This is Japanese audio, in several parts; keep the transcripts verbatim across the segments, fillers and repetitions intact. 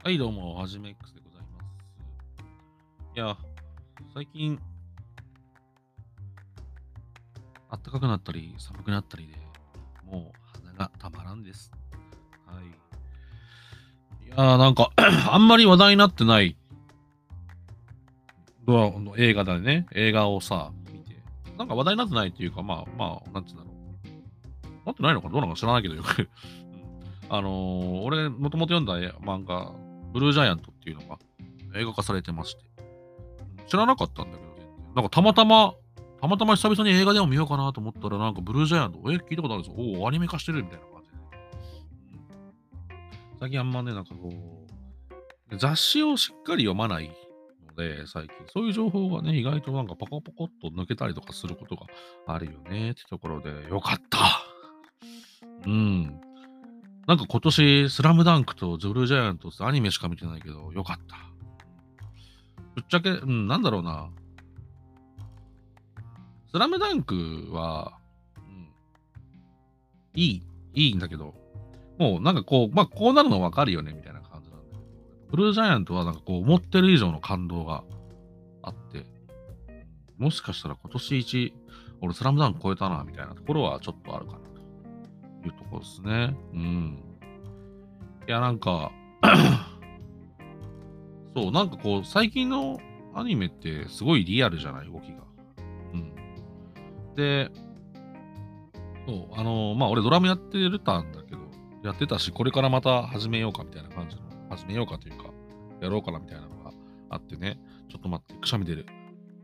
はい、どうも、はじめ X でございます。いや、最近、暖かくなったり、寒くなったりで、もう鼻がたまらんです。はい。いやー、なんかあんまり話題になってないドラの映画だね。映画をさ、見て。なんか話題になってないっていうか、まあまあ、なんつうんだろう。なってないのかなどうなのか知らないけどよくうん。あのー、俺、もともと読んだ絵漫画、ブルージャイアントっていうのが映画化されてまして。知らなかったんだけど、全然。なんかたまたま、たまたま久々に映画でも見ようかなと思ったら、なんかブルージャイアント、え、聞いたことあるぞ。おお、アニメ化してるみたいな感じで。うん、最近あんまね、なんかこう、雑誌をしっかり読まないので、最近。そういう情報がね、意外となんかポコポコっと抜けたりとかすることがあるよねってところで、よかった。うん。なんか今年、スラムダンクとブルージャイアントってアニメしか見てないけど、よかった。ぶっちゃけ、うん、なんだろうな。スラムダンクは、うん、いい、いいんだけど、もうなんかこう、ま、こうなるの分かるよねみたいな感じなんだけど、ブルージャイアントはなんかこう思ってる以上の感動があって、もしかしたら今年一、俺スラムダンク超えたなみたいなところはちょっとあるかなというところですね。うん。いやなんかそう、なんかこう最近のアニメってすごいリアルじゃない、動きが。うん。で、そう、あの、ま、俺ドラムやってるたんだけど、やってたし、これからまた始めようかみたいな感じの、始めようかというか、やろうかなみたいなのがあってね、ちょっと待って、くしゃみ出る。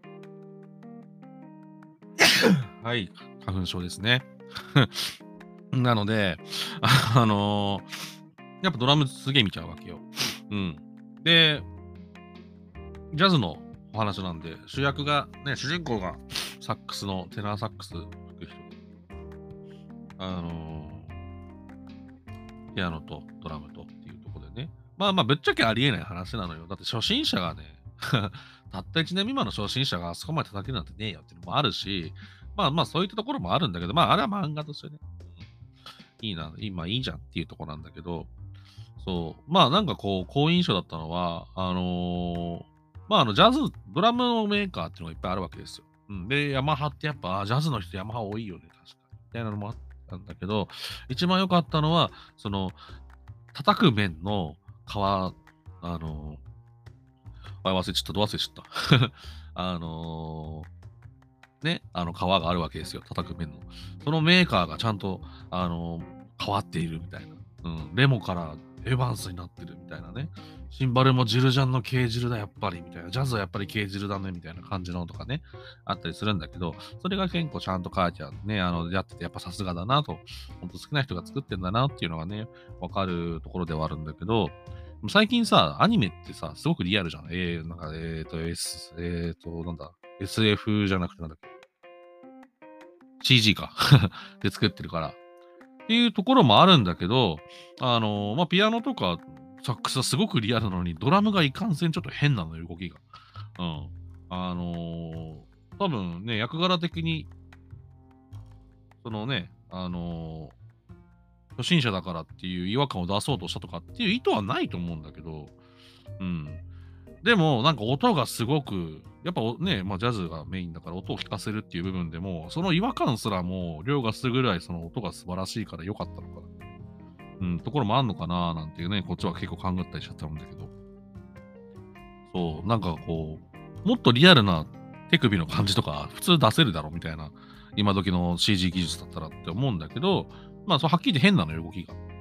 はい、花粉症ですね。なので、あの、やっぱドラムすげえ見ちゃうわけよ。うん。で、ジャズのお話なんで、主役がね、主人公がサックスのテナーサックス吹く人で、あのピアノとドラムとっていうところでね。まあまあ、ぶっちゃけありえない話なのよ。だって初心者がね、たったいちねん未満の初心者があそこまで叩けるなんてねえよっていうのもあるし、まあまあ、そういったところもあるんだけど、まあ、あれは漫画としてね、うん、いいな、今いいじゃんっていうところなんだけど、そう、まあなんかこう、好印象だったのは、あのーまああの、ジャズ、ドラムのメーカーっていうのがいっぱいあるわけですよ。うん。で、ヤマハってやっぱ、あジャズの人ヤマハ多いよね、確かに。みたいなのもあったんだけど、一番良かったのは、その、叩く面の皮、あの、あ、忘れちゃった、ど忘れちゃった。あの、ね、あの皮があるわけですよ、叩く面の。そのメーカーがちゃんと、あの、変わっているみたいな。うん、レモからエヴァンスになってるみたいなね。シンバルもジルジャンの軽ジルだやっぱりみたいな。ジャズはやっぱり軽ジルだねみたいな感じのとかね、あったりするんだけど、それが結構ちゃんと書いてあるね、あの、やっててやっぱさすがだなと、ほんと好きな人が作ってんだなっていうのがね、わかるところではあるんだけど、最近さ、アニメってさ、すごくリアルじゃん。えー、なんか、えーと、S、えーと、なんだ、エスエフ じゃなくてなんだっけ、シージー かで作ってるから。っていうところもあるんだけど、あの、まあ、ピアノとかサックスはすごくリアルなのに、ドラムがいかんせんちょっと変なのよ、動きが。うん。あの、多分ね、役柄的に、そのね、あの、初心者だからっていう違和感を出そうとしたとかっていう意図はないと思うんだけど、うん。でも、なんか音がすごく、やっぱおね、まあ、ジャズがメインだから音を聴かせるっていう部分でも、その違和感すらも凌駕するぐらいその音が素晴らしいから良かったのかな。うん、ところもあんのかななんていうね、こっちは結構勘ぐったりしちゃったんだけど。そう、なんかこう、もっとリアルな手首の感じとか普通出せるだろみたいな、今時の シージー 技術だったらって思うんだけど、まあ、そうはっきり言って変なのよ、動きが。うん。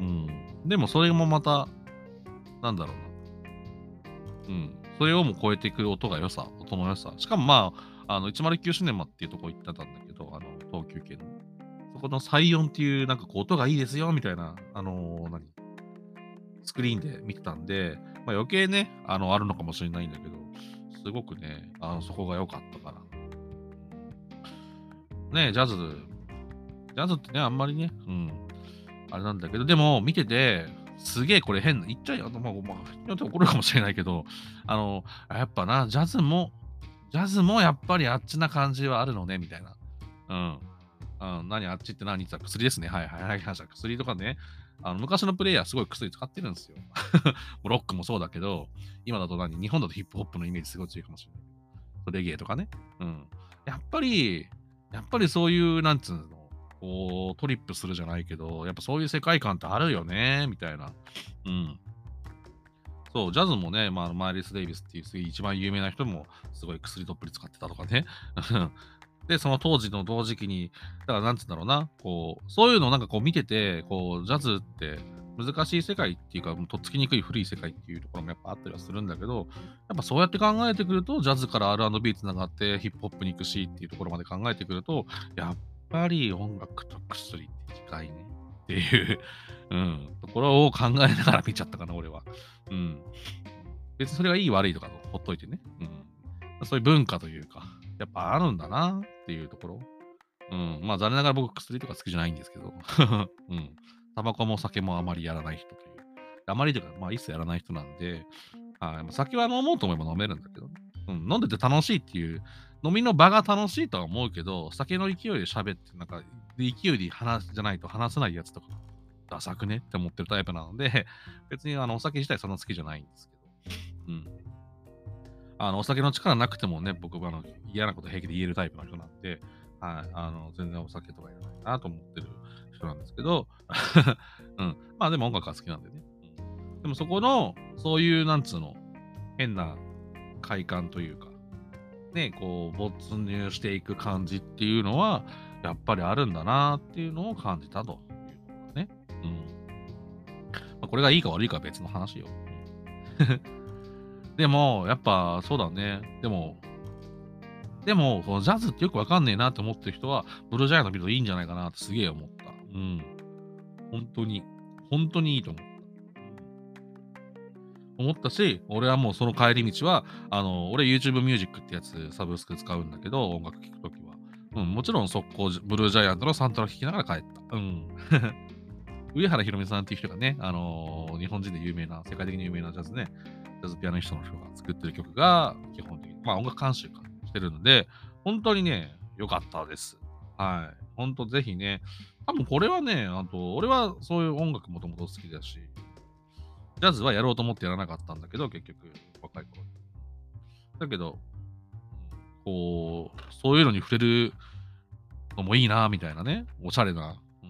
でもそれもまた、なんだろうな。うん。それをも超えていく音が良さ、音の良さ。しかもまあ、あの、いちまるきゅうシネマっていうとこ行ってたんだけど、あの、東急系の。そこのサイオンっていう、なんかこう、音がいいですよ、みたいな、あのー、何スクリーンで見てたんで、まあ、余計ね、あの、あるのかもしれないんだけど、すごくね、あの、そこが良かったから。ね、ジャズ、ジャズってね、あんまりね、うん、あれなんだけど、でも見てて、すげえこれ変な、言っちゃうよ、まあ、まあ、人によって怒るかもしれないけど、あの、あやっぱな、ジャズも、ジャズもやっぱりあっちな感じはあるのね、みたいな。うん。 うん、何あっちって何って言ったら薬ですね。はいはいはい。話した薬とかね、あの昔のプレイヤーすごい薬使ってるんですよ。もうロックもそうだけど、今だと何日本だとヒップホップのイメージすごい強いかもしれないけど、レゲエとかね。うん。やっぱり、やっぱりそういう、なんつうの、こう、トリップするじゃないけど、やっぱそういう世界観ってあるよね、みたいな。うん。そう、ジャズもね、まあ、マイリス・デイビスっていうす一番有名な人もすごい薬どっぷり使ってたとかね。で、その当時の同時期に、だからなんつうんだろうな、こう、そういうのをなんかこう見てて、こう、ジャズって難しい世界っていうか、もうとっつきにくい古い世界っていうところもやっぱあったりはするんだけど、やっぱそうやって考えてくると、ジャズから アールアンドビー つながってヒップホップに行くしっていうところまで考えてくると、やっぱり音楽と薬って近いねっていう、うん、ところを考えながら見ちゃったかな、俺は。うん。別にそれがいい悪いとかとほっといてね。うん。そういう文化というか、やっぱあるんだなっていうところ。うん。まあ、残念ながら僕薬とか好きじゃないんですけど。うん。タバコも酒もあまりやらない人という。あまりというか、まあ、一切やらない人なんで、はい。まあ酒は飲もうと思えば飲めるんだけどね。うん。飲んでて楽しいっていう、飲みの場が楽しいとは思うけど、酒の勢いで喋って、なんか、で勢いで話じゃないと話せないやつとか、ダサくねって思ってるタイプなので、別にあのお酒自体そんな好きじゃないんですけど。うん。あの、お酒の力なくてもね、僕はあの嫌なこと平気で言えるタイプの人なんで、はい、あの、全然お酒とかいらないなと思ってる人なんですけど、うん。まあでも音楽は好きなんでね。うん、でもそこの、そういう、なんつうの、変な快感というか、ね、こう、没入していく感じっていうのは、やっぱりあるんだなっていうのを感じたということだね。うん。まあ、これがいいか悪いかは別の話よ。でも、やっぱそうだね。でも、でも、このジャズってよくわかんねえなって思ってる人は、ブルージャイアント見るといいんじゃないかなってすげえ思った。うん。本当に、本当にいいと思った。思ったし、俺はもうその帰り道は、あの、俺 YouTube ミュージックってやつサブスク使うんだけど、音楽聴くときは。うん、もちろん速攻、ブルージャイアントのサントラ聴きながら帰った。うん。上原ひろみさんっていう人がね、あのー日本人で有名な、世界的に有名なジャズね、ジャズピアニストの人が作ってる曲が、基本的に、まあ音楽監修かしてるので、本当にね、良かったです。はい。本当ぜひね、多分これはね、あと、俺はそういう音楽もともと好きだし、ジャズはやろうと思ってやらなかったんだけど、結局、若い頃に。だけど、こう、そういうのに触れるのもいいな、みたいなね、おしゃれな。うん、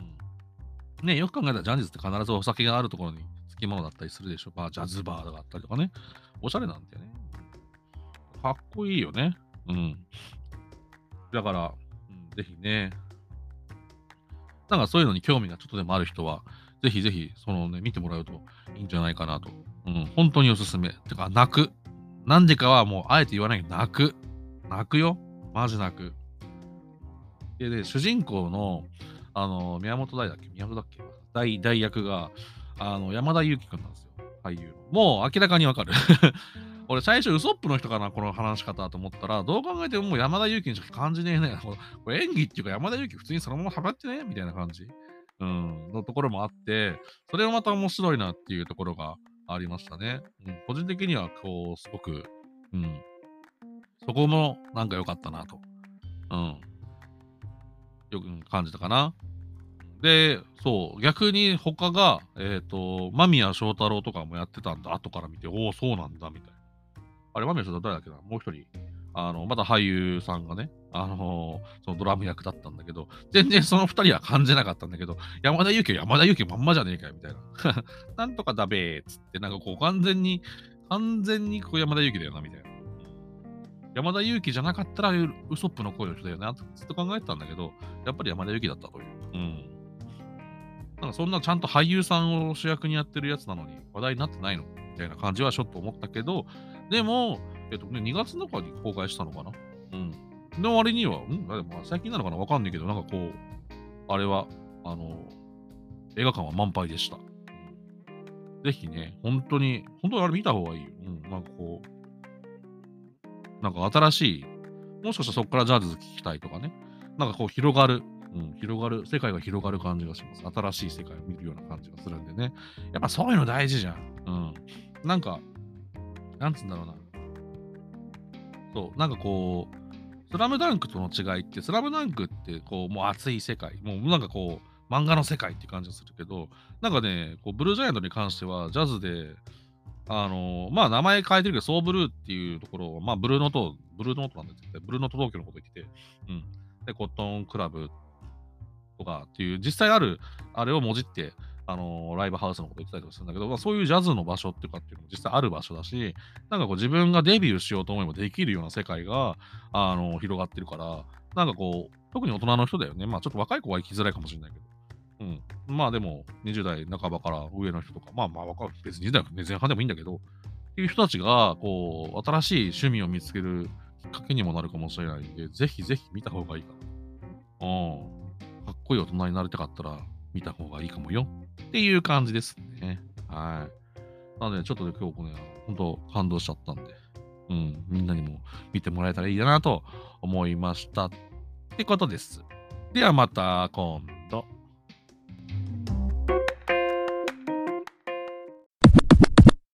ね、よく考えたらジャニーズって必ずお酒があるところにつきものだったりするでしょ。まあ、ジャズバーがあったりとかね。おしゃれなんだよね。かっこいいよね。うん。だから、うん、ぜひね、なんかそういうのに興味がちょっとでもある人は、ぜひぜひ、そのね、見てもらうといいんじゃないかなと。うん、本当におすすめ。てか、泣く。なんでかはもう、あえて言わないけど、泣く。泣くよ。マジ泣く。で、で、主人公の、あの、宮本大だっけ宮本だっけ大、大役が、あの、山田裕貴くんなんですよ。俳優の。もう明らかにわかる。俺最初ウソップの人かな、この話し方と思ったら、どう考えてももう山田裕貴にしか感じねえね。これこれ演技っていうか山田裕貴普通にそのまま喋ってねみたいな感じ。うん、のところもあって、それはまた面白いなっていうところがありましたね。うん、個人的にはこう、すごく、うん、そこもなんか良かったなと。うん、よく感じたかな。で、そう、逆に他が、えっと、間宮祥太朗とかもやってたんだ、後から見て、おお、そうなんだ、みたいな。あれ、間宮祥太朗誰だっけな、もう一人、あの、また俳優さんがね、あの、そのドラム役だったんだけど、全然その二人は感じなかったんだけど、山田裕貴は山田裕貴まんまじゃねえかよ、みたいな。なんとかだべーっつって、なんかこう完全に、完全にこう山田裕貴だよな、みたいな。山田裕貴じゃなかったらウウソップの声の人だよな、ずっと考えてたんだけど、やっぱり山田裕貴だったという。うん。なんかそんなちゃんと俳優さんを主役にやってるやつなのに話題になってないのみたいな感じはちょっと思ったけど、でも、えっとね、にがつとかに公開したのかな。うん。の割には、んあでもまあ最近なのかなわかんないけど、なんかこう、あれは、あの、映画館は満杯でした。ぜひね、本当に、本当にあれ見た方がいいよ。うん、なんかこう、なんか新しい、もしかしたらそこからジャズ聞きたいとかね、なんかこう広がる、うん、広がる、世界が広がる感じがします。新しい世界を見るような感じがするんでね。やっぱそういうの大事じゃん。うん。なんか、なんつうんだろうな。そう、なんかこう、 スラムダンクとの違いって、スラムダンクってこう、もう熱い世界、もうなんかこう、漫画の世界って感じがするけど、なんかね、こうブルージャイアントに関しては、ジャズで、あの、まあ、名前変えてるけど、ソーブルーっていうところを、まあ、ブルーノート、ブルーノートなんですけど、ブルーノート東京のこと言ってて、うん。で、コットンクラブとかっていう、実際ある、あれをもじって、あのーライブハウスのこと言ってたりとかするんだけど、まあ、そういうジャズの場所っていうかっていうのも実際ある場所だし、なんかこう自分がデビューしようと思えばできるような世界が、あのー広がってるから、なんかこう、特に大人の人だよね。まあちょっと若い子は生きづらいかもしれないけど。うん。まあでも、にじゅう代半ばから上の人とか、まあまあ若い、別ににじゅう代、ね、前半でもいいんだけど、っていう人たちが、こう、新しい趣味を見つけるきっかけにもなるかもしれないんで、ぜひぜひ見た方がいいかな。うん。かっこいい大人になりたかったら見た方がいいかもよっていう感じですね。はい。なので、ちょっとね、今日もね、ほんと感動しちゃったんで、うん、みんなにも見てもらえたらいいなと思いました。ってことです。ではまた今度。